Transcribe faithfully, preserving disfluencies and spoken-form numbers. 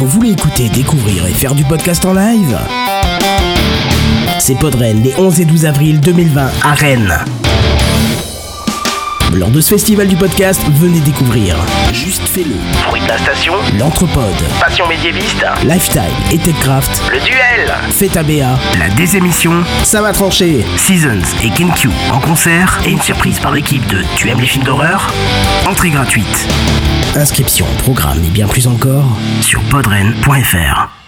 Vous voulez écouter, découvrir et faire du podcast en live ? C'est Podren les onze et douze avril deux mille vingt à Rennes. Lors de ce festival du podcast, venez découvrir Juste Fais-le, Fruit de la Station, L'Anthropode, Passion médiéviste, Lifetime et TechCraft, Le Duel, Fête A B A, La Désémission, Ça va trancher, Seasons et KenQ en concert et une surprise par l'équipe de Tu aimes les films d'horreur ? Entrée gratuite inscription, programme et bien plus encore sur podren point f r.